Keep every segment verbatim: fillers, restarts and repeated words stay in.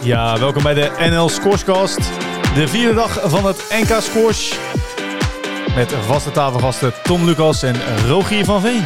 Ja, welkom bij de N L Scorescast. De vierde dag van het N K Scores. Met vaste tafelgasten Tom Lucas en Rogier van Veen.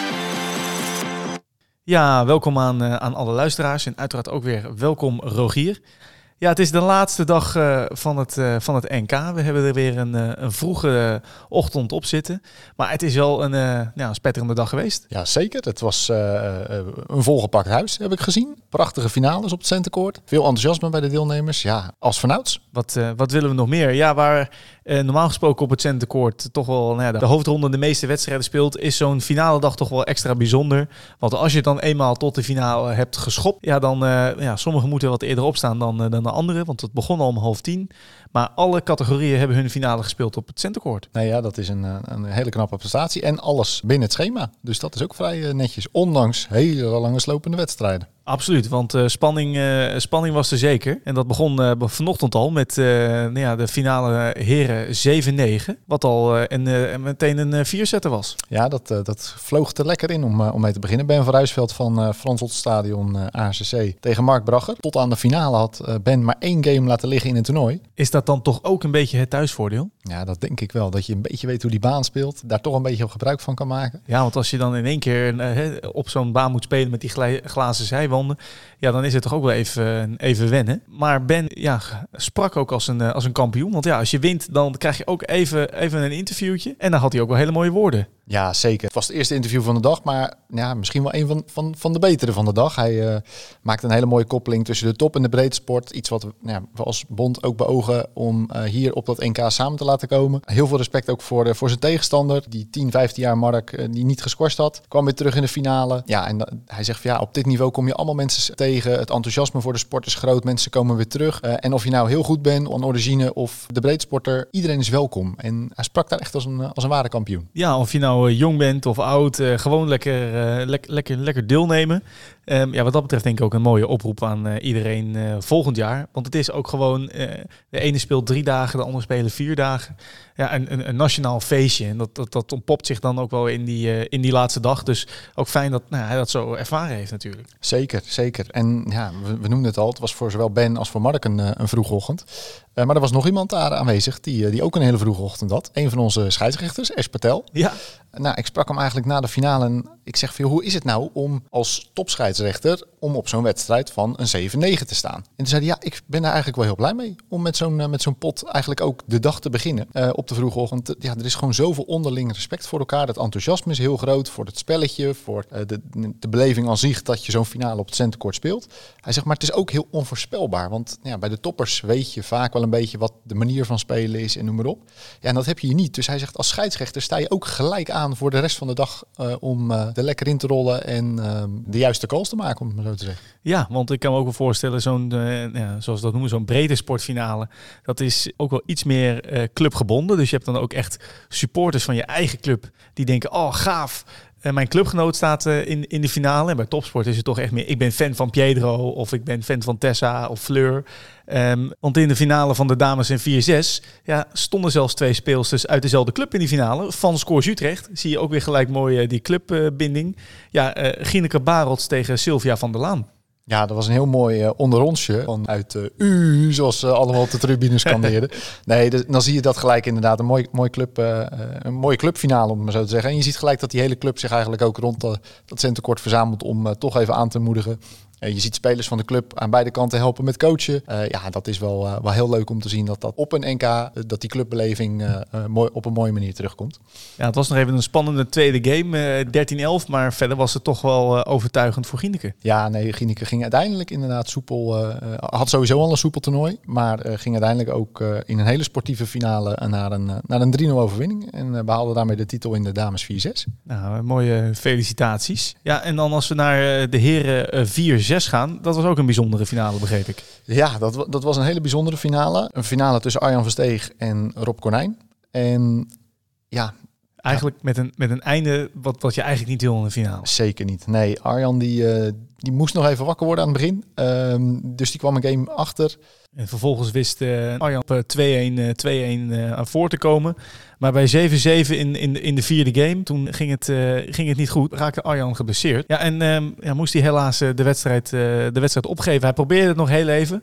Ja, welkom aan, uh, aan alle luisteraars en uiteraard ook weer welkom Rogier. Ja, het is de laatste dag uh, van, het, uh, van het N K. We hebben er weer een, uh, een vroege uh, ochtend op zitten. Maar het is wel een, uh, ja, een spetterende dag geweest. Ja, zeker. Het was uh, uh, een volgepakt huis, heb ik gezien. Prachtige finales op het centercourt. Veel enthousiasme bij de deelnemers. Ja, als vanouds. Wat, uh, wat willen we nog meer? Ja, waar uh, normaal gesproken op het centercourt toch wel nou ja, de, de hoofdronde de meeste wedstrijden speelt, is zo'n finale dag toch wel extra bijzonder. Want als je het dan eenmaal tot de finale hebt geschopt, ja, dan uh, ja, sommigen moeten wat eerder opstaan dan, uh, dan de anderen, want het begon al om half tien. Maar alle categorieën hebben hun finale gespeeld op het centercourt. Nou ja, dat is een, een hele knappe prestatie. En alles binnen het schema. Dus dat is ook vrij netjes. Ondanks hele lange slopende wedstrijden. Absoluut, want uh, spanning, uh, spanning was er zeker. En dat begon uh, vanochtend al met uh, nou ja, de finale heren zeven negen. Wat al uh, en, uh, meteen een uh, vierzetter was. Ja, dat, uh, dat vloog er lekker in om, uh, om mee te beginnen. Ben van Ruisveld van uh, Frans Hotstadion uh, A C C tegen Mark Bragger. Tot aan de finale had uh, Ben maar één game laten liggen in het toernooi. Is dat dan toch ook een beetje het thuisvoordeel? Ja, dat denk ik wel. Dat je een beetje weet hoe die baan speelt. Daar toch een beetje gebruik van kan maken. Ja, want als je dan in één keer uh, op zo'n baan moet spelen met die gla- glazen zijwanden, ja, dan is het toch ook wel even, even wennen. Maar Ben ja, sprak ook als een, als een kampioen. Want ja, als je wint, dan krijg je ook even, even een interviewtje. En dan had hij ook wel hele mooie woorden. Ja, zeker. Het was het eerste interview van de dag, maar ja, misschien wel een van, van, van de betere van de dag. Hij uh, maakte een hele mooie koppeling tussen de top en de breedsport. Iets wat ja, we als bond ook beogen om uh, hier op dat N K samen te laten komen. Heel veel respect ook voor, uh, voor zijn tegenstander. Die tien, vijftien jaar Mark, uh, die niet geschorst had. Kwam weer terug in de finale. Ja, en uh, hij zegt van ja, op dit niveau kom je allemaal mensen tegen. Het enthousiasme voor de sport is groot. Mensen komen weer terug. Uh, en of je nou heel goed bent aan origine of de breedsporter, iedereen is welkom. En hij sprak daar echt als een, als een ware kampioen. Ja, of je nou jong bent of oud, uh, gewoon lekker, uh, le- lekker, lekker deelnemen. Um, ja, wat dat betreft denk ik ook een mooie oproep aan uh, iedereen uh, volgend jaar. Want het is ook gewoon, uh, de ene speelt drie dagen, de andere spelen vier dagen. Ja, een, een, een nationaal feestje. En dat, dat, dat ontpopt zich dan ook wel in die, uh, in die laatste dag. Dus ook fijn dat nou, hij dat zo ervaren heeft natuurlijk. Zeker, zeker. En ja, we, we noemden het al, het was voor zowel Ben als voor Mark een, een vroege ochtend. Uh, maar er was nog iemand daar aanwezig die, die ook een hele vroege ochtend had. Een van onze scheidsrechters, Esh Patel. Ja. Nou, ik sprak hem eigenlijk na de finale en ik zeg van, hoe is het nou om als topscheidsrechter om op zo'n wedstrijd van een zeven negen te staan? En toen zei hij, ja, ik ben daar eigenlijk wel heel blij mee om met zo'n, uh, met zo'n pot eigenlijk ook de dag te beginnen uh, op de vroege ochtend. Ja, er is gewoon zoveel onderling respect voor elkaar. Het enthousiasme is heel groot voor het spelletje, voor uh, de, de beleving aan zich dat je zo'n finale op het centercourt speelt. Hij zegt, maar het is ook heel onvoorspelbaar, want ja, bij de toppers weet je vaak wel een beetje wat de manier van spelen is en noem maar op. Ja, en dat heb je hier niet. Dus hij zegt, als scheidsrechter sta je ook gelijk aan voor de rest van de dag uh, om uh, er lekker in te rollen en uh, de juiste calls te maken, om het maar zo te zeggen. Ja, want ik kan me ook wel voorstellen, zo'n, uh, ja, zoals we dat noemen, zo'n brede sportfinale, dat is ook wel iets meer uh, clubgebonden. Dus je hebt dan ook echt supporters van je eigen club die denken, oh gaaf, uh, mijn clubgenoot staat uh, in, in de finale. En bij topsport is het toch echt meer, ik ben fan van Pedro of ik ben fan van Tessa of Fleur. Um, want in de finale van de dames in vier zes ja, stonden zelfs twee speelsters uit dezelfde club in die finale. Van Scores Utrecht zie je ook weer gelijk mooi uh, die clubbinding. Uh, ja, uh, Gineke Barels tegen Sylvia van der Laan. Ja, dat was een heel mooi uh, onderrondje vanuit uh, U, zoals uh, allemaal op de tribune scandeerden. Nee, dus, dan zie je dat gelijk inderdaad een mooi, mooi club, uh, een mooie clubfinale, om het maar zo te zeggen. En je ziet gelijk dat die hele club zich eigenlijk ook rond uh, dat centercourt verzamelt om uh, toch even aan te moedigen. Uh, je ziet spelers van de club aan beide kanten helpen met coachen. Uh, ja, dat is wel, uh, wel heel leuk om te zien dat dat op een N K, uh, dat die clubbeleving uh, uh, mooi, op een mooie manier terugkomt. Ja, het was nog even een spannende tweede game, uh, dertien elf, maar verder was het toch wel uh, overtuigend voor Gineke. Ja, nee, Gineke ging uiteindelijk inderdaad soepel, uh, had sowieso al een soepel toernooi, maar uh, ging uiteindelijk ook uh, in een hele sportieve finale uh, naar een, uh, naar een drie nul overwinning en uh, behaalde daarmee de titel in de dames vier zes. Nou, mooie felicitaties. Ja, en dan als we naar uh, de heren uh, vier zes gaan, dat was ook een bijzondere finale, begreep ik. Ja, dat, dat was een hele bijzondere finale. Een finale tussen Arjan Versteeg en Rob Konijn. En ja... Eigenlijk ja. met, een, met een einde wat, wat je eigenlijk niet wil in de finale. Zeker niet. Nee, Arjan die, uh, die moest nog even wakker worden aan het begin. Um, dus die kwam een game achter. En vervolgens wist uh, Arjan op twee-een uh, aan voor te komen. Maar bij zeven zeven in, in, in de vierde game, toen ging het, uh, ging het niet goed. Raakte Arjan geblesseerd. Ja, en um, ja, moest hij helaas uh, de, wedstrijd, uh, de wedstrijd opgeven. Hij probeerde het nog heel even.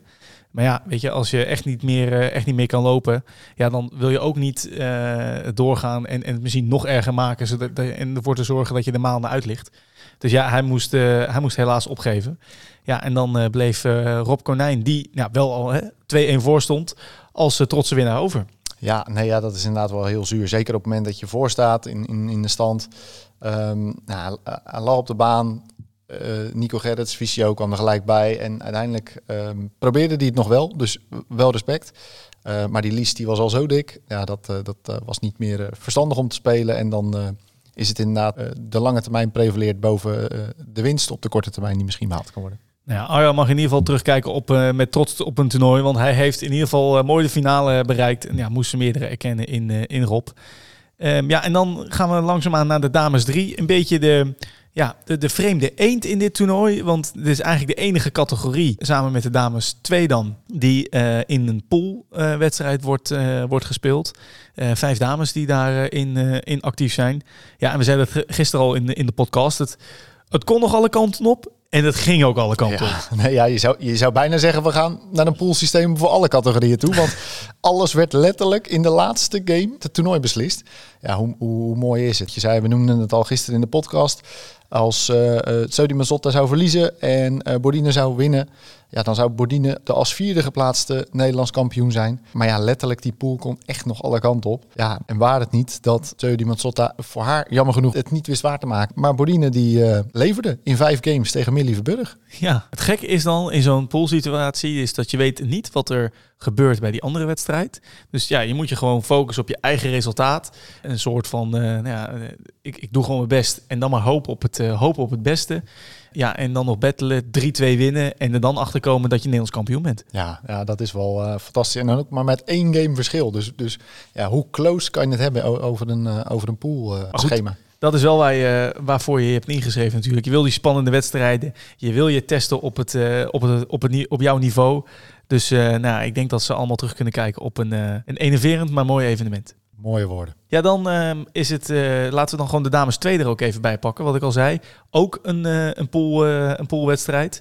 Maar ja, weet je, als je echt niet meer, uh, echt niet meer kan lopen, ja, dan wil je ook niet uh, doorgaan en, en het misschien nog erger maken zodat, en ervoor te zorgen dat je de maanden uit ligt. Dus ja, hij moest, uh, hij moest helaas opgeven. Ja, en dan uh, bleef uh, Rob Konijn, die nou, wel al hè, twee-een voor stond, als uh, trotse winnaar over. Ja, nee, ja, dat is inderdaad wel heel zuur. Zeker op het moment dat je voor staat in, in, in de stand. Um, nou, hij lag op de baan. Uh, Nico Gerrits, fysio, kwam er gelijk bij. En uiteindelijk um, probeerde hij het nog wel. Dus wel respect. Uh, maar die lies die was al zo dik. Ja, dat, uh, dat uh, was niet meer uh, verstandig om te spelen. En dan uh, is het inderdaad uh, de lange termijn prevaleert boven uh, de winst op de korte termijn die misschien behaald kan worden. Nou ja, Arjan mag in ieder geval terugkijken op, uh, met trots op een toernooi. Want hij heeft in ieder geval uh, mooi de finale bereikt. En ja, moesten meerdere erkennen in, uh, in Rob. Um, ja, en dan gaan we langzaamaan naar de dames drie. Een beetje de, ja, de, de vreemde eend in dit toernooi. Want dit is eigenlijk de enige categorie, samen met de dames twee dan, die uh, in een poolwedstrijd uh, wordt, uh, wordt gespeeld. Uh, vijf dames die daarin uh, in actief zijn. Ja, en we zeiden het gisteren al in, in de podcast. Het, het kon nog alle kanten op. En dat ging ook alle kanten ja, op. Nee, ja, je, zou, je zou bijna zeggen, we gaan naar een poolsysteem voor alle categorieën toe. Want alles werd letterlijk in de laatste game het toernooi beslist. Ja, hoe, hoe, hoe mooi is het? Je zei, we noemden het al gisteren in de podcast. Als uh, uh, Tsodi Mazzotta zou verliezen en uh, Bodine zou winnen, ja, dan zou Bodine de als vierde geplaatste Nederlands kampioen zijn. Maar ja, letterlijk, die pool kon echt nog alle kanten op. Ja, en waar het niet dat Tsodi Mazzotta voor haar, jammer genoeg, het niet wist waar te maken. Maar Bodine die uh, leverde in vijf games tegen Millie Verburg. Ja, het gekke is dan in zo'n poolsituatie is dat je weet niet wat er gebeurt bij die andere wedstrijd. Dus ja, je moet je gewoon focussen op je eigen resultaat. Een soort van, uh, nou ja, ik, ik doe gewoon mijn best en dan maar hopen op het, uh, hopen op het beste. Ja, en dan nog battelen, drie twee winnen en er dan achterkomen dat je Nederlands kampioen bent. Ja, ja dat is wel uh, fantastisch. En dan ook maar met één game verschil. Dus, dus ja, hoe close kan je het hebben over een, uh, over een pool uh, schema? Dat is wel waar je, waarvoor je je hebt ingeschreven natuurlijk. Je wil die spannende wedstrijden. Je wil je testen op, het, uh, op, het, op, het, op jouw niveau. Dus uh, nou, ik denk dat ze allemaal terug kunnen kijken op een, uh, een enerverend, maar mooi evenement. Mooie woorden. Ja, dan uh, is het... Uh, laten we dan gewoon de dames twee er ook even bij pakken. Wat ik al zei. Ook een, uh, een, pool, uh, een poolwedstrijd.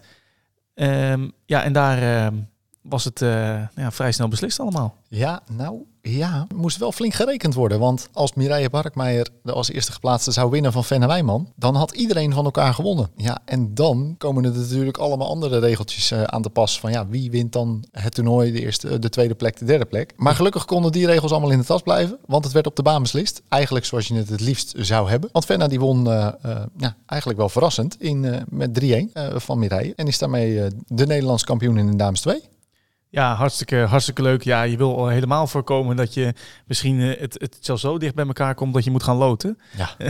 Um, ja, en daar uh, was het uh, ja, vrij snel beslist allemaal. Ja, nou... Ja, moest wel flink gerekend worden. Want als Mireille Barkmeijer de als eerste geplaatste zou winnen van Fenne Wijman, dan had iedereen van elkaar gewonnen. Ja, en dan komen er natuurlijk allemaal andere regeltjes uh, aan te pas. Van ja, wie wint dan het toernooi, de eerste, de tweede plek, de derde plek. Maar gelukkig konden die regels allemaal in de tas blijven. Want het werd op de baan beslist. Eigenlijk zoals je het het liefst zou hebben. Want Fenne die won uh, uh, ja, eigenlijk wel verrassend in, uh, met drie-een uh, van Mireille. En is daarmee uh, de Nederlands kampioen in de dames twee. Ja, hartstikke, hartstikke leuk. Ja, je wil al helemaal voorkomen dat je misschien uh, het, het zelfs zo dicht bij elkaar komt dat je moet gaan loten. Ja.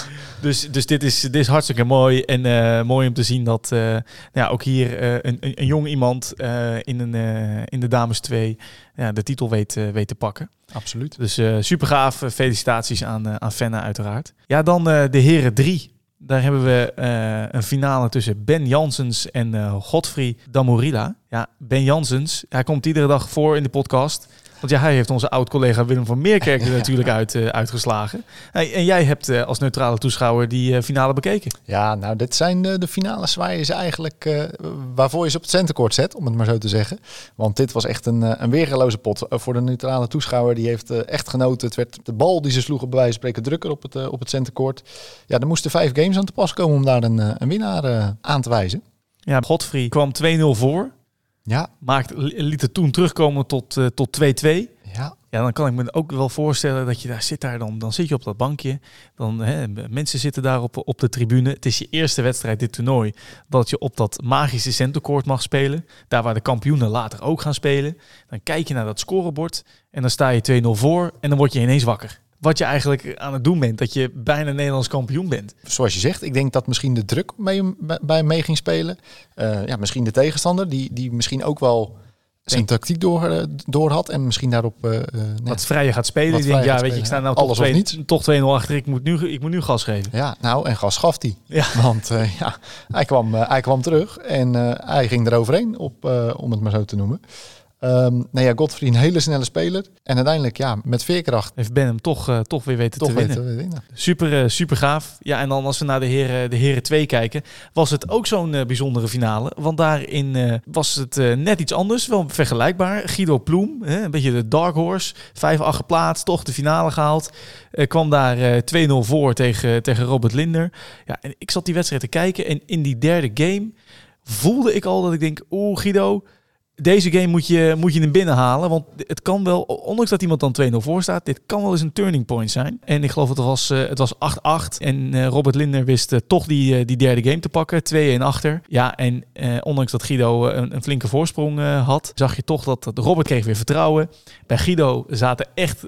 dus dus dit, is, dit is hartstikke mooi. En uh, mooi om te zien dat uh, ja, ook hier uh, een, een, een jong iemand uh, in, een, uh, in de dames twee ja, de titel weet, uh, weet te pakken. Absoluut. Dus uh, super gaaf. Felicitaties aan, uh, aan Fenne uiteraard. Ja, dan uh, de heren drie. Daar hebben we uh, een finale tussen Ben Janssens en uh, Godfrey Damorila. Ja, Ben Janssens, hij komt iedere dag voor in de podcast. Want ja, hij heeft onze oud-collega Willem van Meerkerk er natuurlijk uit, uh, uitgeslagen. Hey, en jij hebt uh, als neutrale toeschouwer die uh, finale bekeken. Ja, nou, dit zijn de, de finales waar je ze eigenlijk, uh, waarvoor je ze op het centercourt zet, om het maar zo te zeggen. Want dit was echt een, een weergeloze pot uh, voor de neutrale toeschouwer. Die heeft uh, echt genoten. Het werd de bal die ze sloegen bij wijze van spreken drukker op het, uh, op het centercourt. Ja, er moesten vijf games aan te pas komen om daar een, uh, een winnaar uh, aan te wijzen. Ja, Godfrey kwam twee nul voor. Ja. Maakt, liet het toen terugkomen tot, uh, tot twee twee. Ja. Ja, dan kan ik me ook wel voorstellen dat je daar zit daar dan, dan zit je op dat bankje. Dan hè, mensen zitten daar op, op de tribune. Het is je eerste wedstrijd dit toernooi dat je op dat magische centercourt mag spelen. Daar waar de kampioenen later ook gaan spelen. Dan kijk je naar dat scorebord en dan sta je twee nul voor en dan word je ineens wakker. Wat je eigenlijk aan het doen bent, dat je bijna Nederlands kampioen bent. Zoals je zegt, ik denk dat misschien de druk mee, bij hem mee ging spelen. Uh, ja, misschien de tegenstander, die, die misschien ook wel zijn tactiek door, door had. En misschien daarop uh, wat vrijer gaat spelen. Ik denk, ja, weet je, ik sta nou alles toch, twee, twee, toch twee nul achter. Ik moet, nu, ik moet nu gas geven. Ja, nou, en gas gaf hij. Ja. Want uh, ja, hij, kwam, uh, hij kwam terug en uh, hij ging eroverheen, op, uh, om het maar zo te noemen. Um, nou ja, Godfrey een hele snelle speler. En uiteindelijk, ja, met veerkracht. Heeft Ben hem toch, uh, toch weer weten toch te winnen. Weten, winnen. Super, uh, super gaaf. Ja, en dan als we naar de heren, de heren twee kijken, was het ook zo'n uh, bijzondere finale. Want daarin uh, was het uh, net iets anders, wel vergelijkbaar. Guido Ploem, hè, een beetje de dark horse, vijf acht geplaatst, toch de finale gehaald. Uh, kwam daar uh, twee nul voor tegen, tegen Robert Linder. Ja, en ik zat die wedstrijd te kijken en in die derde game voelde ik al dat ik denk, oeh Guido, deze game moet je, moet je hem binnenhalen. Want het kan wel, ondanks dat iemand dan twee nul voor staat, dit kan wel eens een turning point zijn. En ik geloof dat het was, uh, het was acht acht. En uh, Robert Linder wist uh, toch die, uh, die derde game te pakken. twee een achter. Ja, en uh, ondanks dat Guido uh, een, een flinke voorsprong uh, had, zag je toch dat, dat Robert kreeg weer vertrouwen. Bij Guido zaten echt, uh,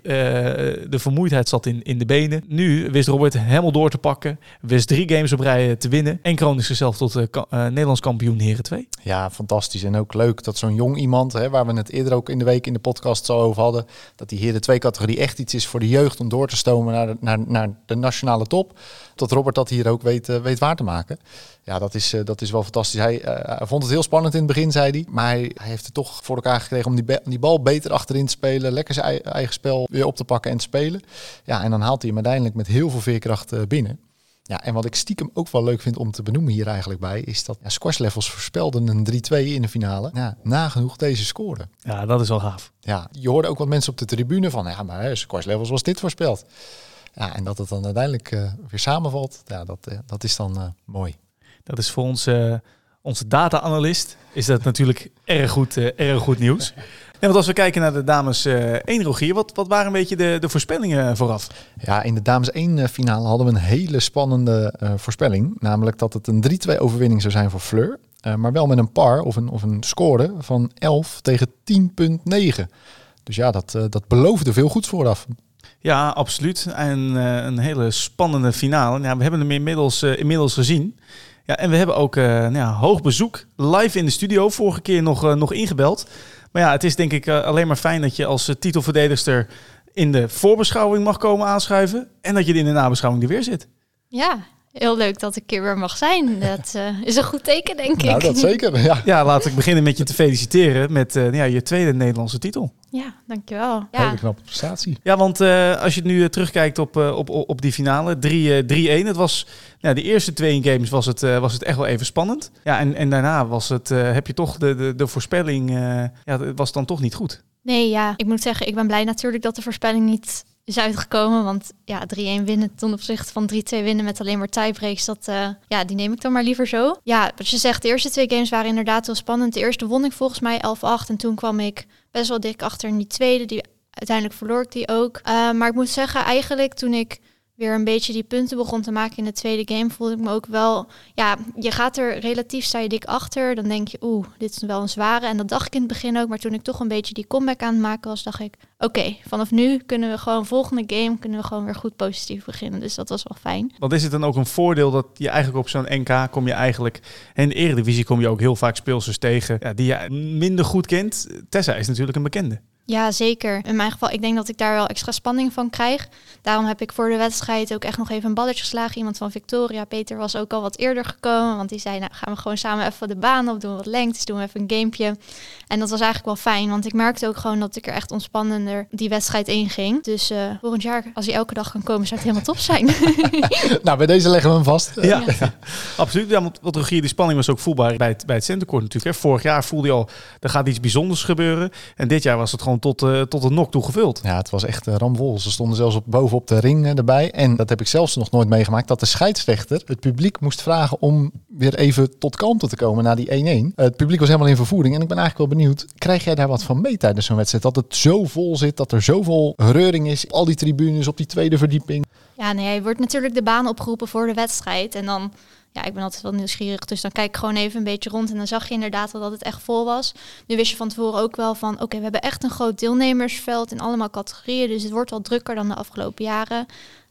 de vermoeidheid zat in, in de benen. Nu wist Robert helemaal door te pakken. Wist drie games op rij te winnen. En kroonde zichzelf tot uh, ka- uh, Nederlands kampioen heren twee. Ja, fantastisch. En ook leuk dat zo'n jong iemand, hè, waar we het eerder ook in de week in de podcast zo over hadden, dat die heren twee categorie echt iets is voor de jeugd om door te stomen naar de, naar, naar de nationale top. Dat Robert dat hier ook weet, uh, weet waar te maken. Ja, dat is, uh, dat is wel fantastisch. Hij, uh, hij vond het heel spannend in het begin, zei hij. Maar hij, hij heeft het toch voor elkaar gekregen om die, be- die bal beter achterin te spelen. Lekker zijn eigen, eigen spel weer op te pakken en te spelen. Ja, en dan haalt hij hem uiteindelijk met heel veel veerkracht uh, binnen. Ja, en wat ik stiekem ook wel leuk vind om te benoemen hier eigenlijk bij, is dat ja, Squash Levels voorspelden een drie twee in de finale. Ja, nagenoeg deze score. Ja, dat is wel gaaf. Ja, je hoorde ook wat mensen op de tribune van, ja, maar hè, Squash Levels was dit voorspeld. Ja, en dat het dan uiteindelijk uh, weer samenvalt, ja, dat, uh, dat is dan uh, mooi. Dat is voor ons, uh, onze data-analyst, is dat natuurlijk erg goed, uh, erg goed nieuws. En want als we kijken naar de dames uh, één, Rogier, wat, wat waren een beetje de, de voorspellingen vooraf? Ja, in de dames één finale hadden we een hele spannende uh, voorspelling. Namelijk dat het een drie twee overwinning zou zijn voor Fleur. Uh, maar wel met een par of een, of een score van elf tegen tien komma negen. Dus ja, dat, uh, dat beloofde veel goeds vooraf. Ja, absoluut. En uh, een hele spannende finale. Ja, we hebben hem inmiddels, uh, inmiddels gezien. Ja, en we hebben ook uh, nou ja, hoog bezoek live in de studio. Vorige keer nog, uh, nog ingebeld. Maar ja, het is denk ik uh, alleen maar fijn dat je als uh, titelverdedigster in de voorbeschouwing mag komen aanschuiven. En dat je in de nabeschouwing er weer zit. Ja, heel leuk dat ik hier weer mag zijn. Dat uh, is een goed teken, denk ik. Nou, dat zeker, ja. Ja, laat ik beginnen met je te feliciteren met uh, ja, je tweede Nederlandse titel. Ja, dankjewel. Ja. Hele knappe prestatie. Ja, want uh, als je nu uh, terugkijkt op, uh, op, op die finale, drie een. Het was, nou, de eerste twee games was het, uh, was het echt wel even spannend. Ja, en, en daarna was het, uh, heb je toch de, de, de voorspelling, uh, ja, het was dan toch niet goed. Nee, ja, ik moet zeggen, ik ben blij natuurlijk dat de voorspelling niet is uitgekomen. Want ja, drie een winnen ten opzichte van drie twee winnen met alleen maar tiebreaks, dat, uh, ja, die neem ik dan maar liever zo. Ja, wat je zegt, de eerste twee games waren inderdaad heel spannend. De eerste won ik volgens mij elf acht en toen kwam ik best wel dik achter in die tweede. Die, uiteindelijk verloor ik die ook. Uh, maar ik moet zeggen, eigenlijk toen ik weer een beetje die punten begon te maken in de tweede game, voelde ik me ook wel, ja, je gaat er relatief, sta je dik achter, dan denk je, oeh, dit is wel een zware. En dat dacht ik in het begin ook, maar toen ik toch een beetje die comeback aan het maken was, dacht ik, oké, okay, vanaf nu kunnen we gewoon volgende game, kunnen we gewoon weer goed positief beginnen. Dus dat was wel fijn. Want is het dan ook een voordeel dat je eigenlijk op zo'n N K kom je eigenlijk, en in de Eredivisie kom je ook heel vaak speelsters tegen, ja, die je minder goed kent. Tessa is natuurlijk een bekende. Ja, zeker. In mijn geval, ik denk dat ik daar wel extra spanning van krijg. Daarom heb ik voor de wedstrijd ook echt nog even een balletje geslagen. Iemand van Victoria, Peter, was ook al wat eerder gekomen. Want die zei, nou gaan we gewoon samen even de baan op, doen wat lengtes, doen we even een gamepje. En dat was eigenlijk wel fijn, want ik merkte ook gewoon dat ik er echt ontspannender die wedstrijd inging. Dus uh, volgend jaar, als hij elke dag kan komen, zou het helemaal top zijn. Nou, bij deze leggen we hem vast. Ja, ja. ja. Absoluut. Ja, want wat Rogier, die spanning was ook voelbaar bij het, bij het centercourt natuurlijk. Hè. Vorig jaar voelde je al, er gaat iets bijzonders gebeuren. En dit jaar was het gewoon tot, uh, tot een nok toe gevuld. Ja, het was echt uh, ramvol. Ze stonden zelfs op, bovenop de ring uh, erbij. En dat heb ik zelfs nog nooit meegemaakt, dat de scheidsrechter het publiek moest vragen om weer even tot kalmte te komen na die één een. Uh, het publiek was helemaal in vervoering. En ik ben eigenlijk wel benieuwd, krijg jij daar wat van mee tijdens zo'n wedstrijd? Dat het zo vol zit, dat er zoveel reuring is, al die tribunes op die tweede verdieping. Ja, nee, je wordt natuurlijk de baan opgeroepen voor de wedstrijd. En dan, ja, ik ben altijd wel nieuwsgierig, dus dan kijk ik gewoon even een beetje rond. En dan zag je inderdaad wel dat het echt vol was. Nu wist je van tevoren ook wel van, oké, okay, we hebben echt een groot deelnemersveld in allemaal categorieën. Dus het wordt wel drukker dan de afgelopen jaren.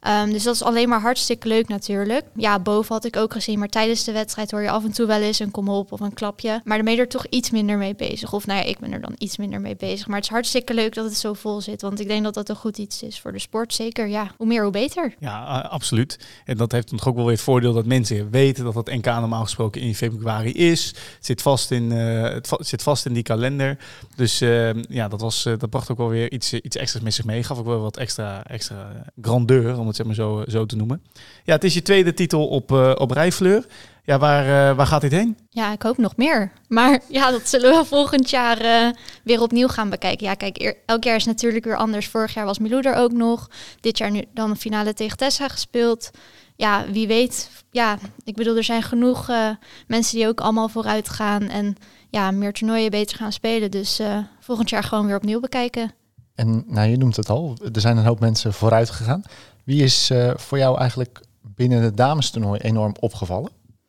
Um, dus dat is alleen maar hartstikke leuk natuurlijk. Ja, boven had ik ook gezien, maar tijdens de wedstrijd hoor je af en toe wel eens een kom op of een klapje. Maar dan ben je er toch iets minder mee bezig. Of nou ja, ik ben er dan iets minder mee bezig. Maar het is hartstikke leuk dat het zo vol zit. Want ik denk dat dat een goed iets is voor de sport. Zeker, ja, hoe meer hoe beter. Ja, uh, absoluut. En dat heeft toch ook wel weer het voordeel dat mensen weten dat het N K normaal gesproken in februari is. Het zit vast in, uh, het, va- het zit vast in die kalender. Dus uh, ja, dat, was, uh, dat bracht ook wel weer iets, uh, iets extra's met zich mee. Gaf ook wel wat extra, extra grandeur, om het zeg maar zo, zo te noemen. Ja, het is je tweede titel op, uh, op rij, Fleur. Ja, waar, uh, waar gaat dit heen? Ja, ik hoop nog meer. Maar ja, dat zullen we volgend jaar uh, weer opnieuw gaan bekijken. Ja, kijk, eer, elk jaar is natuurlijk weer anders. Vorig jaar was Milou er ook nog. Dit jaar nu dan een finale tegen Tessa gespeeld. Ja, wie weet. Ja, ik bedoel, er zijn genoeg uh, mensen die ook allemaal vooruit gaan. En ja, meer toernooien beter gaan spelen. Dus uh, volgend jaar gewoon weer opnieuw bekijken. En nou, je noemt het al. Er zijn een hoop mensen vooruit gegaan. Wie is uh, voor jou eigenlijk binnen het damestoernooi enorm opgevallen?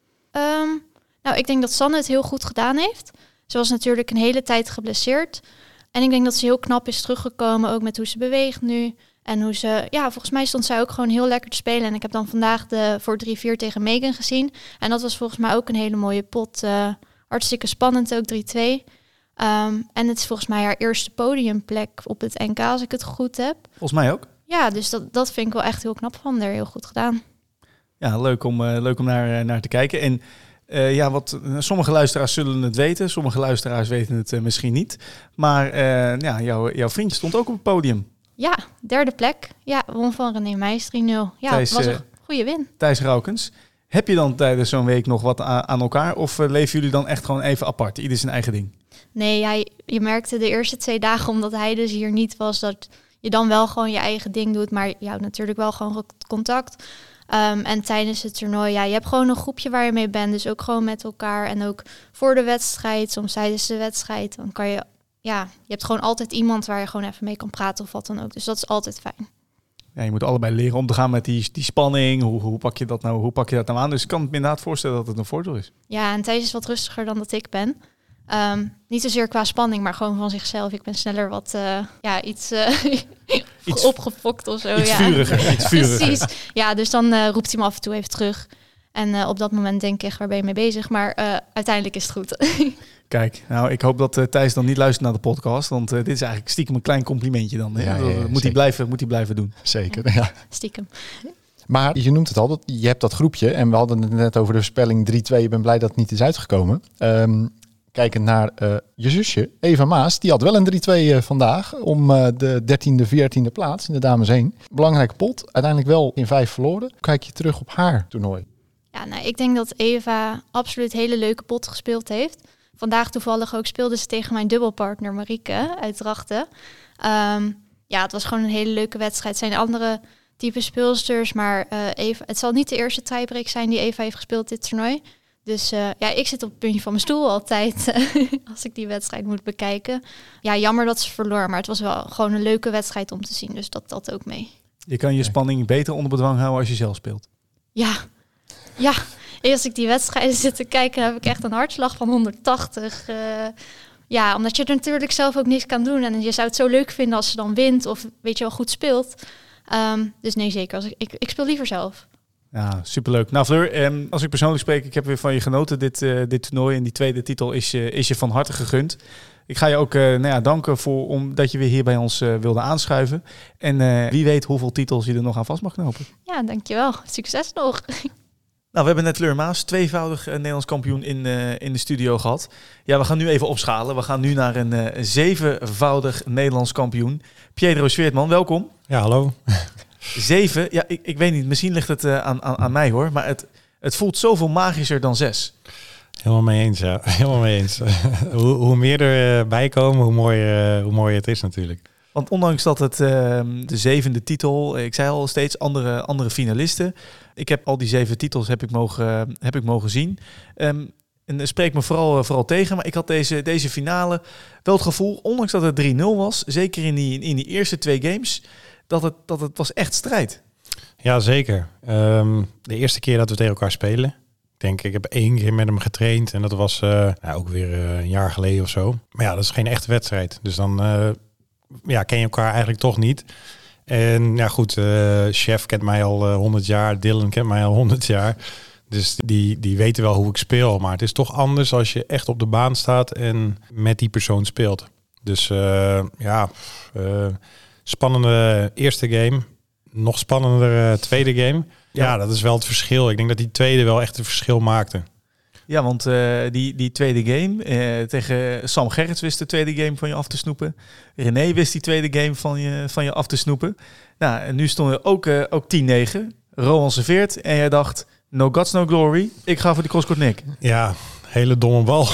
Um, nou, ik denk dat Sanne het heel goed gedaan heeft. Ze was natuurlijk een hele tijd geblesseerd. En ik denk dat ze heel knap is teruggekomen, ook met hoe ze beweegt nu. En hoe ze, ja, volgens mij stond zij ook gewoon heel lekker te spelen. En ik heb dan vandaag de voor drie vier tegen Megan gezien. En dat was volgens mij ook een hele mooie pot. Uh, hartstikke spannend, ook drie twee. Um, en het is volgens mij haar eerste podiumplek op het N K, als ik het goed heb. Volgens mij ook. Ja, dus dat, dat vind ik wel echt heel knap van haar. Heel goed gedaan. Ja, leuk om, uh, leuk om naar, naar te kijken. En uh, ja, wat uh, sommige luisteraars zullen het weten. Sommige luisteraars weten het uh, misschien niet. Maar uh, ja, jouw, jouw vriendje stond ook op het podium. Ja, derde plek. Ja, won van René Meijs drie nul. Ja, Thijs, het was een goede win. Thijs Raukens. Heb je dan tijdens zo'n week nog wat a- aan elkaar? Of uh, leven jullie dan echt gewoon even apart? Ieder zijn eigen ding? Nee, ja, je, je merkte de eerste twee dagen, omdat hij dus hier niet was, dat je dan wel gewoon je eigen ding doet. Maar je houdt natuurlijk wel gewoon contact. Um, en tijdens het toernooi, ja, je hebt gewoon een groepje waar je mee bent. Dus ook gewoon met elkaar. En ook voor de wedstrijd, soms tijdens de wedstrijd. Dan kan je, ja, je hebt gewoon altijd iemand waar je gewoon even mee kan praten of wat dan ook. Dus dat is altijd fijn. Ja, je moet allebei leren om te gaan met die, die spanning. Hoe, hoe, pak je dat nou, hoe pak je dat nou aan? Dus ik kan me inderdaad voorstellen dat het een voordeel is. Ja, en Thijs is wat rustiger dan dat ik ben. Um, niet zozeer qua spanning, maar gewoon van zichzelf. Ik ben sneller wat, uh, ja, iets, uh, iets opgefokt of zo. Iets ja. vuriger, iets vuriger. Precies. Ja, dus dan uh, roept hij me af en toe even terug. En uh, op dat moment denk ik, waar ben je mee bezig? Maar uh, uiteindelijk is het goed. Kijk, nou, ik hoop dat uh, Thijs dan niet luistert naar de podcast. Want uh, dit is eigenlijk stiekem een klein complimentje dan. Hè? Ja, ja, ja, moet, hij blijven, moet hij blijven doen. Zeker, ja. Stiekem. Maar je noemt het al, dat je hebt dat groepje. En we hadden het net over de voorspelling drie twee. Ik ben blij dat het niet is uitgekomen. Um, Kijkend naar uh, je zusje, Eva Maas, die had wel een drie twee uh, vandaag om uh, de dertiende, veertiende plaats in de dames heen. Belangrijke pot, uiteindelijk wel in vijf verloren. Kijk je terug op haar toernooi? Ja, nou, ik denk dat Eva absoluut hele leuke pot gespeeld heeft. Vandaag toevallig ook speelde ze tegen mijn dubbelpartner Marieke uit Drachten. Um, ja, het was gewoon een hele leuke wedstrijd. Het zijn andere type speelsters, maar uh, Eva, het zal niet de eerste tiebreak zijn die Eva heeft gespeeld dit toernooi. Dus uh, ja, ik zit op het puntje van mijn stoel altijd als ik die wedstrijd moet bekijken. Ja, jammer dat ze verloor, maar het was wel gewoon een leuke wedstrijd om te zien. Dus dat telt ook mee. Je kan je spanning beter onder bedwang houden als je zelf speelt. Ja, ja. Als ik die wedstrijden zit te kijken, heb ik echt een hartslag van honderdtachtig. Uh, ja, omdat je er natuurlijk zelf ook niks kan doen. En je zou het zo leuk vinden als ze dan wint of weet je wel goed speelt. Um, dus nee, zeker. Als ik, ik, ik speel liever zelf. Ja, superleuk. Nou Fleur, um, als ik persoonlijk spreek, ik heb weer van je genoten dit, uh, dit toernooi. En die tweede titel is, uh, is je van harte gegund. Ik ga je ook uh, nou ja, danken voor omdat je weer hier bij ons uh, wilde aanschuiven. En uh, wie weet hoeveel titels je er nog aan vast mag knopen. Ja, dankjewel. Succes nog. Nou, we hebben net Fleur Maas, tweevoudig uh, Nederlands kampioen in, uh, in de studio gehad. Ja, we gaan nu even opschalen. We gaan nu naar een uh, zevenvoudig Nederlands kampioen. Pietro Sweertman, welkom. Ja, hallo. Zeven, ja, ik, ik weet niet, misschien ligt het uh, aan, aan, aan mij hoor, maar het, het voelt zoveel magischer dan zes. Helemaal mee eens, ja. Helemaal mee eens. hoe, hoe meer erbij komen, hoe mooier, uh, hoe mooier het is natuurlijk. Want ondanks dat het uh, de zevende titel, ik zei al steeds andere, andere finalisten. Ik heb al die zeven titels heb ik mogen, uh, heb ik mogen zien. Um, en spreek me vooral, uh, vooral tegen, maar ik had deze, deze finale wel het gevoel, ondanks dat het drie nul was, zeker in die, in die eerste twee games, dat het, dat het was echt strijd. Ja, zeker. Um, de eerste keer dat we tegen elkaar spelen. Ik denk, ik heb één keer met hem getraind en dat was uh, nou, ook weer uh, een jaar geleden of zo. Maar ja, dat is geen echte wedstrijd. Dus dan uh, ja, ken je elkaar eigenlijk toch niet. En ja goed, uh, Chef kent mij al uh, honderd jaar, Dylan kent mij al honderd jaar. Dus die, die weten wel hoe ik speel. Maar het is toch anders als je echt op de baan staat en met die persoon speelt. Dus uh, ja, uh, spannende eerste game. Nog spannender uh, tweede game. Ja, ja, dat is wel het verschil. Ik denk dat die tweede wel echt het verschil maakte. Ja, want uh, die, die tweede game uh, tegen Sam Gerrits wist de tweede game van je af te snoepen. René wist die tweede game van je, van je af te snoepen. Nou, en nu stond je ook, uh, ook tien negen. Rowan serveert en jij dacht, no guts, no glory. Ik ga voor die crosscourt Nick. Ja, hele domme bal.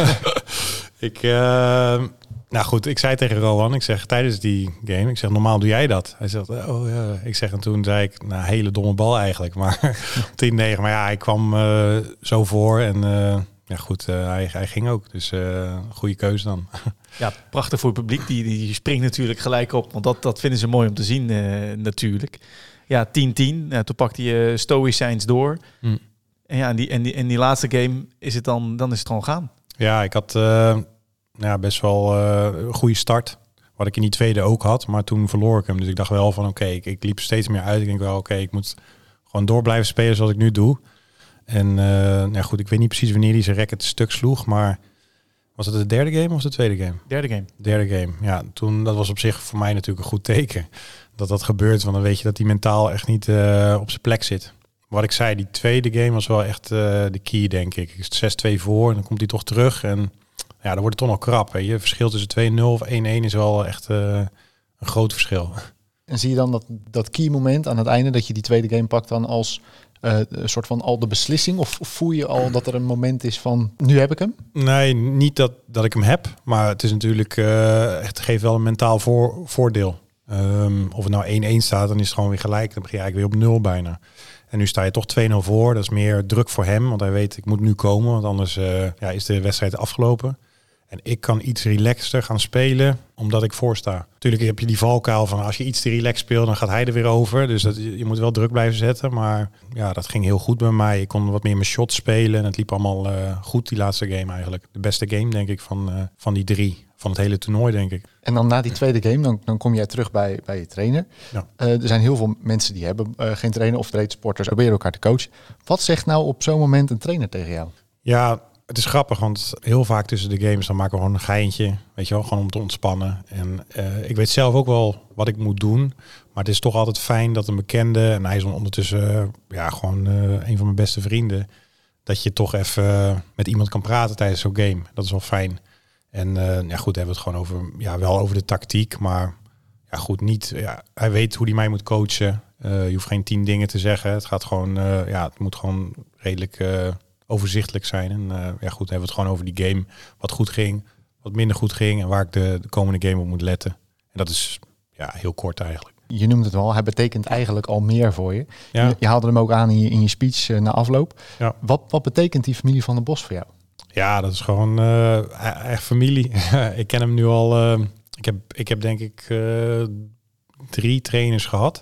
ik... Uh... Nou goed, ik zei tegen Rowan, ik zeg tijdens die game, ik zeg normaal doe jij dat. Hij zegt, oh ja. Ik zeg en toen zei ik, nou hele domme bal eigenlijk, maar tien negen. Maar ja, hij kwam uh, zo voor en uh, ja goed, uh, hij, hij ging ook. Dus uh, goede keuze dan. Ja, prachtig voor het publiek. Die, die springt natuurlijk gelijk op, want dat, dat vinden ze mooi om te zien uh, natuurlijk. Ja, tien tien. Nou, toen pakte hij uh, Stoïcijns door. Hmm. En ja, en die, en, die, en die laatste game is het dan, dan is het gewoon gaan. Ja, ik had... Uh, Ja, best wel uh, een goede start. Wat ik in die tweede ook had. Maar toen verloor ik hem. Dus ik dacht wel van oké, okay, ik, ik liep steeds meer uit. Ik denk wel oké, okay, ik moet gewoon door blijven spelen zoals ik nu doe. En uh, nou goed, ik weet niet precies wanneer hij zijn racket stuk sloeg. Maar was het de derde game of de tweede game? Derde game. Derde game, ja. Toen, dat was op zich voor mij natuurlijk een goed teken. Dat dat gebeurt, want dan weet je dat hij mentaal echt niet uh, op zijn plek zit. Wat ik zei, die tweede game was wel echt uh, de key, denk ik. zes twee voor en dan komt hij toch terug en... Ja, dan wordt het toch nog krap. Hè. Je verschil tussen twee nul of één één is wel echt uh, een groot verschil. En zie je dan dat, dat key moment aan het einde, dat je die tweede game pakt dan als uh, een soort van al de beslissing? Of voel je al dat er een moment is van, nu heb ik hem? Nee, niet dat, dat ik hem heb. Maar het is natuurlijk, uh, het geeft wel een mentaal voor, voordeel. Um, of het nou één één staat, dan is het gewoon weer gelijk. Dan begin je eigenlijk weer op nul bijna. En nu sta je toch twee nul voor. Dat is meer druk voor hem, want hij weet, ik moet nu komen. Want anders uh, ja, is de wedstrijd afgelopen. En ik kan iets relaxter gaan spelen, omdat ik voor sta. Natuurlijk heb je die valkuil van als je iets te relaxed speelt, dan gaat hij er weer over. Dus dat, je moet wel druk blijven zetten. Maar ja, dat ging heel goed bij mij. Ik kon wat meer mijn shots spelen. En het liep allemaal uh, goed, die laatste game eigenlijk. De beste game, denk ik, van, uh, van die drie. Van het hele toernooi, denk ik. En dan na die tweede game, dan, dan kom jij terug bij, bij je trainer. Ja. Uh, er zijn heel veel mensen die hebben uh, geen trainer of breed sporters. Proberen elkaar te coachen. Wat zegt nou op zo'n moment een trainer tegen jou? Ja, het is grappig, want heel vaak tussen de games dan maken we gewoon een geintje, weet je wel, gewoon om te ontspannen. En uh, ik weet zelf ook wel wat ik moet doen, maar het is toch altijd fijn dat een bekende, en hij is ondertussen uh, ja gewoon uh, een van mijn beste vrienden, dat je toch even uh, met iemand kan praten tijdens zo'n game. Dat is wel fijn. En uh, ja goed, hebben we het gewoon over, ja wel over de tactiek, maar ja goed, niet. Ja, hij weet hoe hij mij moet coachen. Uh, je hoeft geen tien dingen te zeggen. Het gaat gewoon, uh, ja, het moet gewoon redelijk Uh, overzichtelijk zijn. En uh, ja goed, hebben we het gewoon over die game. Wat goed ging, wat minder goed ging en waar ik de, de komende game op moet letten. En dat is ja heel kort eigenlijk. Je noemt het wel, hij betekent eigenlijk al meer voor je. Ja. Je, je haalde hem ook aan in je, in je speech uh, na afloop. Ja. Wat, wat betekent die familie van den Bos voor jou? Ja, dat is gewoon uh, echt familie. Ik ken hem nu al, uh, ik, heb, ik heb denk ik uh, drie trainers gehad.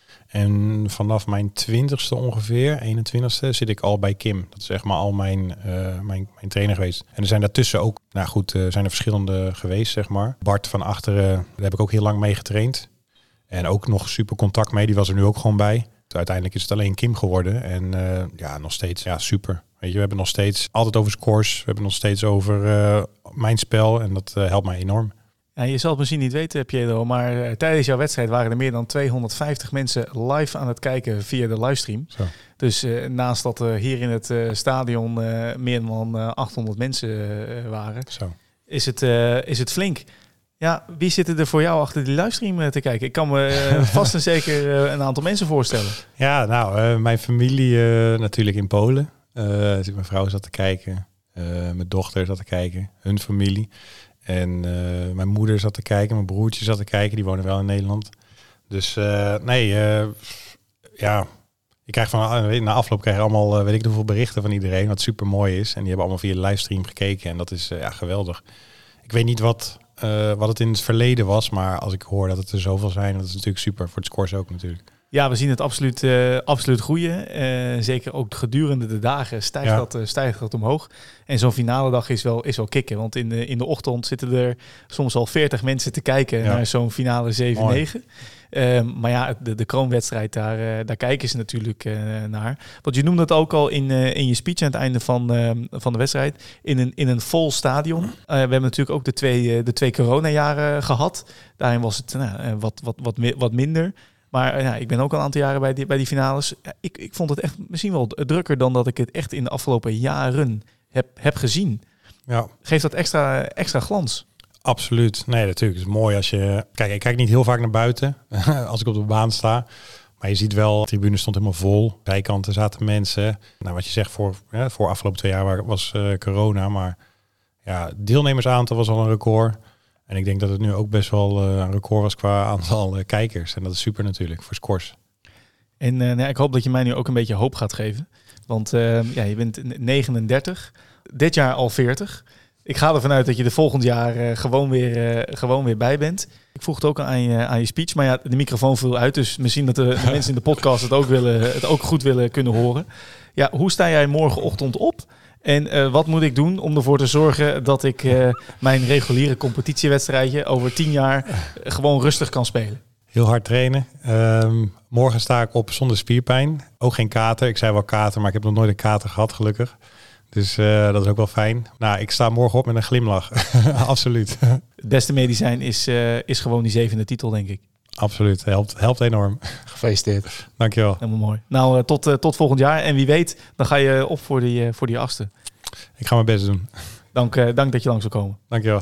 En vanaf mijn twintigste ongeveer, eenentwintigste, zit ik al bij Kim. Dat is zeg maar al mijn, uh, mijn, mijn trainer geweest. En er zijn daartussen ook, nou goed, uh, zijn er verschillende geweest, zeg maar. Bart van achteren, daar heb ik ook heel lang mee getraind. En ook nog super contact mee, die was er nu ook gewoon bij. Uiteindelijk is het alleen Kim geworden. En uh, ja, nog steeds, ja, super. Weet je, we hebben nog steeds altijd over scores. We hebben nog steeds over uh, mijn spel. En dat uh, helpt mij enorm. Ja, je zal het misschien niet weten, Piero, maar uh, tijdens jouw wedstrijd waren er meer dan tweehonderdvijftig mensen live aan het kijken via de livestream. Zo. Dus uh, naast dat er hier in het uh, stadion uh, meer dan uh, achthonderd mensen uh, waren, Zo. Is, het, uh, is het flink. Ja, wie zitten er voor jou achter die livestream uh, te kijken? Ik kan me uh, vast en zeker uh, een aantal mensen voorstellen. Ja, nou, uh, mijn familie uh, natuurlijk in Polen. Uh, dus mijn vrouw zat te kijken, uh, mijn dochter zat te kijken, hun familie. En uh, mijn moeder zat te kijken, mijn broertje zat te kijken, die wonen wel in Nederland. Dus uh, nee, uh, ja, je krijgt van, na afloop krijg je allemaal, uh, weet ik hoeveel berichten van iedereen, wat super mooi is. En die hebben allemaal via de livestream gekeken en dat is uh, ja, geweldig. Ik weet niet wat, uh, wat het in het verleden was, maar als ik hoor dat het er zoveel zijn, dat is natuurlijk super, voor het scores ook natuurlijk. Ja, we zien het absoluut, uh, absoluut groeien. Uh, zeker ook gedurende de dagen stijgt, ja. dat, uh, stijgt dat omhoog. En zo'n finale dag is wel, is wel kicken. Want in de, in de ochtend zitten er soms al veertig mensen te kijken ja. naar zo'n finale zeven negen. Uh, maar ja, de, de kroonwedstrijd, daar, uh, daar kijken ze natuurlijk uh, naar. Want je noemde het ook al in, uh, in je speech aan het einde van, uh, van de wedstrijd. In een, in een vol stadion. Uh, we hebben natuurlijk ook de twee, uh, de twee coronajaren gehad. Daarin was het nou, uh, wat, wat, wat, wat minder. Maar ja, ik ben ook al een aantal jaren bij die, bij die finales. Ja, ik, ik vond het echt misschien wel drukker dan dat ik het echt in de afgelopen jaren heb, heb gezien. Ja. Geeft dat extra, extra glans? Absoluut. Nee, natuurlijk. Het is mooi als je... Kijk, ik kijk niet heel vaak naar buiten als ik op de baan sta. Maar je ziet wel, de tribune stond helemaal vol. Zijkanten zaten mensen. Nou, wat je zegt, voor, ja, voor afgelopen twee jaar was uh, corona. Maar ja, deelnemersaantal was al een record. En ik denk dat het nu ook best wel uh, een record was qua aantal uh, kijkers. En dat is super natuurlijk voor Scors. En uh, nou, ik hoop dat je mij nu ook een beetje hoop gaat geven. Want uh, ja, je bent negenendertig, dit jaar al veertig. Ik ga ervan uit dat je de volgend jaar uh, gewoon, weer, uh, gewoon weer bij bent. Ik vroeg het ook aan je, aan je speech, maar ja, de microfoon viel uit. Dus misschien dat de, de mensen in de podcast het ook, willen, het ook goed willen kunnen horen. Ja, hoe sta jij morgenochtend op? En uh, wat moet ik doen om ervoor te zorgen dat ik uh, mijn reguliere competitiewedstrijdje over tien jaar uh, gewoon rustig kan spelen? Heel hard trainen. Um, morgen sta ik op zonder spierpijn. Ook geen kater. Ik zei wel kater, maar ik heb nog nooit een kater gehad, gelukkig. Dus uh, dat is ook wel fijn. Nou, ik sta morgen op met een glimlach. Absoluut. Het beste medicijn is, uh, is gewoon die zevende titel, denk ik. Absoluut. Helpt, helpt enorm. Gefeliciteerd. Dankjewel. Helemaal mooi. Nou, uh, tot, uh, tot volgend jaar. En wie weet, dan ga je op voor die, uh, voor die achtste. Ik ga mijn best doen. Dank, uh, dank dat je langs wil komen. Dankjewel.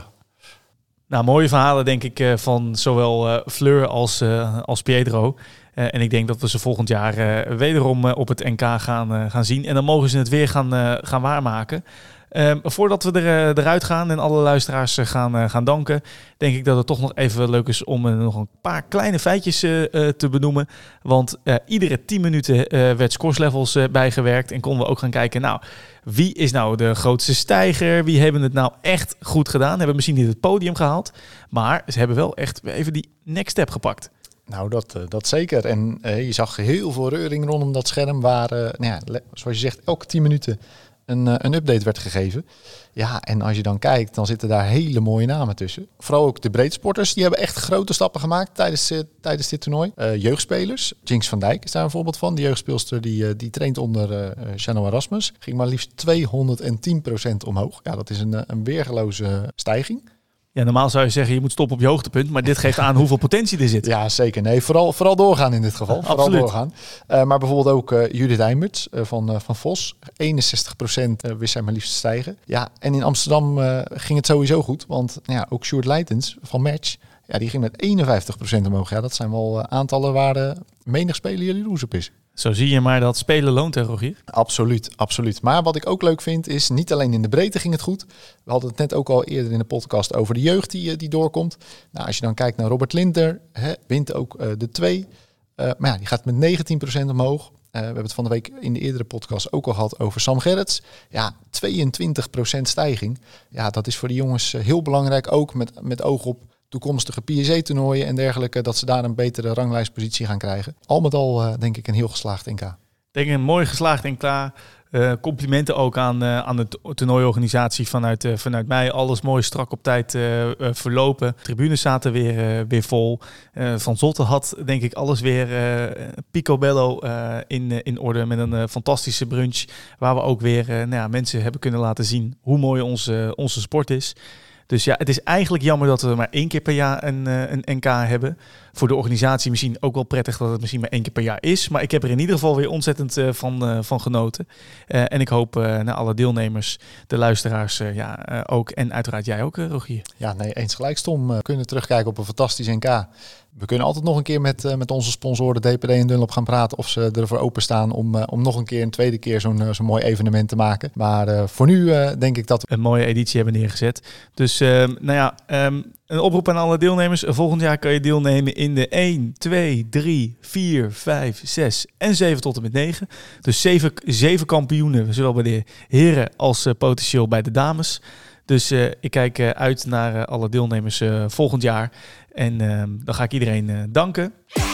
Nou, mooie verhalen denk ik uh, van zowel uh, Fleur als, uh, als Pietro. Uh, en ik denk dat we ze volgend jaar uh, wederom uh, op het N K gaan, uh, gaan zien. En dan mogen ze het weer gaan, uh, gaan waarmaken. Uh, voordat we er, uh, eruit gaan en alle luisteraars uh, gaan, uh, gaan danken, denk ik dat het toch nog even leuk is om uh, nog een paar kleine feitjes uh, uh, te benoemen. Want uh, iedere tien minuten uh, werd scorelevels uh, bijgewerkt en konden we ook gaan kijken, nou, wie is nou de grootste stijger? Wie hebben het nou echt goed gedaan? Hebben misschien niet het podium gehaald, maar ze hebben wel echt even die next step gepakt. Nou, dat, uh, dat zeker. En uh, je zag heel veel reuring rondom dat scherm waar, uh, nou ja, zoals je zegt, elke tien minuten een, uh, een update werd gegeven. Ja, en als je dan kijkt, dan zitten daar hele mooie namen tussen. Vooral ook de breedsporters, die hebben echt grote stappen gemaakt tijdens, uh, tijdens dit toernooi. Uh, jeugdspelers, Jinx van Dijk is daar een voorbeeld van. Die jeugdspeelster die, uh, die traint onder uh, Jano Erasmus. Ging maar liefst tweehonderdtien procent omhoog. Ja, dat is een, een weergeloze stijging. Ja, normaal zou je zeggen, je moet stoppen op je hoogtepunt. Maar dit geeft aan hoeveel potentie er zit. Ja, zeker. Nee, vooral, vooral doorgaan in dit geval. Vooral Absoluut. doorgaan. Uh, maar bijvoorbeeld ook uh, Judith Eimerts uh, van, uh, van Vos. eenenzestig procent uh, wist zij maar liefst te stijgen. Ja, en in Amsterdam uh, ging het sowieso goed. Want nou ja, ook Sjoerd Leitens van Match, ja, die ging met eenenvijftig procent omhoog. Ja, dat zijn wel uh, aantallen waar uh, menig speler jaloers op is. Zo zie je maar dat spelen loont, hè, Rogier? Absoluut, absoluut. Maar wat ik ook leuk vind is, niet alleen in de breedte ging het goed. We hadden het net ook al eerder in de podcast over de jeugd die, die doorkomt. Nou, als je dan kijkt naar Robert Linter, hè, wint ook uh, de twee. Uh, maar ja, die gaat met negentien procent omhoog. Uh, we hebben het van de week in de eerdere podcast ook al gehad over Sam Gerrits. Ja, tweeëntwintig procent stijging. Ja, dat is voor die jongens heel belangrijk, ook met, met oog op toekomstige P S A-toernooien en dergelijke, dat ze daar een betere ranglijstpositie gaan krijgen. Al met al uh, denk ik een heel geslaagd N K. Ik denk een mooi geslaagd N K. Uh, complimenten ook aan, uh, aan de toernooiorganisatie vanuit, uh, vanuit mij. Alles mooi strak op tijd uh, uh, verlopen. Tribunes zaten weer, uh, weer vol. Uh, Van Zotten had denk ik alles weer uh, picobello uh, in, uh, in orde met een uh, fantastische brunch. Waar we ook weer uh, nou ja, mensen hebben kunnen laten zien hoe mooi onze, onze sport is. Dus ja, het is eigenlijk jammer dat we maar één keer per jaar een, een N K hebben. Voor de organisatie misschien ook wel prettig dat het misschien maar één keer per jaar is. Maar ik heb er in ieder geval weer ontzettend uh, van, uh, van genoten. Uh, en ik hoop uh, naar alle deelnemers, de luisteraars uh, ja, uh, ook. En uiteraard jij ook, uh, Rogier. Ja, nee, eens gelijk stom. We kunnen terugkijken op een fantastisch N K. We kunnen altijd nog een keer met, uh, met onze sponsoren D P D en Dunlop gaan praten of ze ervoor openstaan om, uh, om nog een keer een tweede keer zo'n, uh, zo'n mooi evenement te maken. Maar uh, voor nu uh, denk ik dat we een mooie editie hebben neergezet. Dus uh, nou ja, um, een oproep aan alle deelnemers. Volgend jaar kan je deelnemen in de één, twee, drie, vier, vijf, zes en zeven tot en met negen. Dus zeven, zeven kampioenen, zowel bij de heren als uh, potentieel bij de dames. Dus uh, ik kijk uh, uit naar uh, alle deelnemers uh, volgend jaar. En uh, dan ga ik iedereen uh, danken.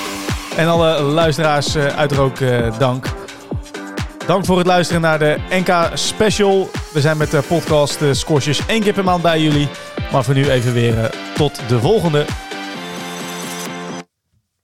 En alle luisteraars uh, uiteraard ook uh, dank. Dank voor het luisteren naar de N K Special. We zijn met de podcast uh, Scoresjes één keer per maand bij jullie. Maar voor nu even weer uh, tot de volgende.